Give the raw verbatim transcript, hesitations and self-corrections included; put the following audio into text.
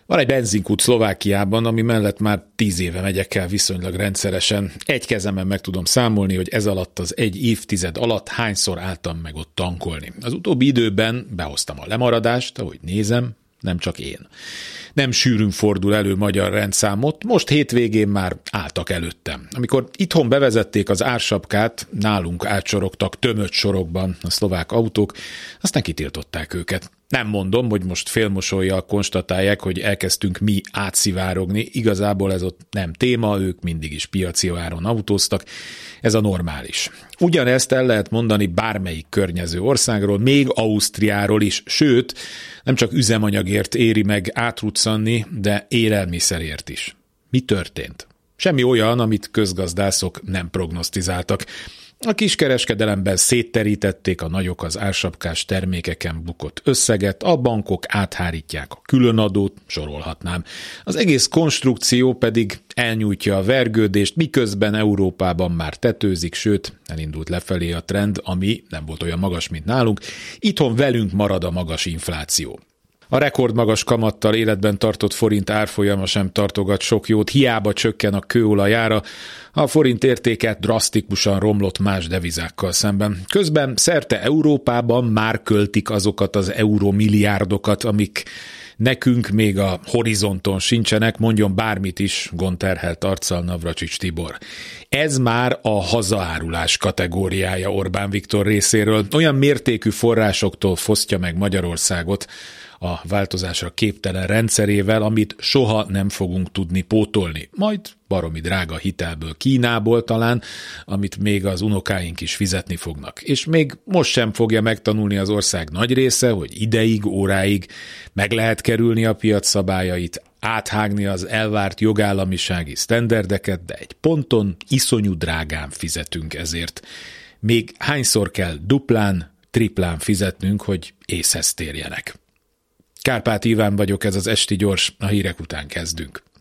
Van egy benzinkút Szlovákiában, ami mellett már tíz éve megyek el viszonylag rendszeresen. Egy kezemen meg tudom számolni, hogy ez alatt az egy évtized alatt hányszor álltam meg ott tankolni. Az utóbbi időben behoztam a lemaradást, ahogy nézem, nem csak én. Nem sűrűn fordul elő magyar rendszámot, most hétvégén már álltak előttem. Amikor itthon bevezették az ársapkát, nálunk átsorogtak tömött sorokban a szlovák autók, aztán kitiltották őket. Nem mondom, hogy most félmosollyal konstatálják, hogy elkezdtünk mi átszivárogni, igazából ez ott nem téma, ők mindig is piaci áron autóztak, ez a normális. Ugyanezt el lehet mondani bármelyik környező országról, még Ausztriáról is, sőt, nem csak üzemanyagért éri meg átruccanni, de élelmiszerért is. Mi történt? Semmi olyan, amit közgazdászok nem prognosztizáltak. A kiskereskedelemben szétterítették a nagyok az ársapkás termékeken bukott összeget, a bankok áthárítják a különadót, sorolhatnám. Az egész konstrukció pedig elnyújtja a vergődést, miközben Európában már tetőzik, sőt, elindult lefelé a trend, ami nem volt olyan magas, mint nálunk. Itthon velünk marad a magas infláció. A rekordmagas kamattal életben tartott forint árfolyama sem tartogat sok jót, hiába csökken a kőolaj ára, a forint értéke drasztikusan romlott más devizákkal szemben. Közben szerte Európában már költik azokat az euromilliárdokat, amik nekünk még a horizonton sincsenek, mondjon bármit is gondterhelt arccal Navracsics Tibor. Ez már a hazaárulás kategóriája Orbán Viktor részéről. Olyan mértékű forrásoktól fosztja meg Magyarországot a változásra képtelen rendszerével, amit soha nem fogunk tudni pótolni. Majd baromi drága hitelből, Kínából talán, amit még az unokáink is fizetni fognak. És még most sem fogja megtanulni az ország nagy része, hogy ideig, óráig meg lehet kerülni a piac szabályait, áthágni az elvárt jogállamisági sztenderdeket, de egy ponton iszonyú drágán fizetünk ezért. Még hányszor kell duplán, triplán fizetnünk, hogy észhez térjenek. Kárpát Iván vagyok, ez az Esti Gyors, a hírek után kezdünk.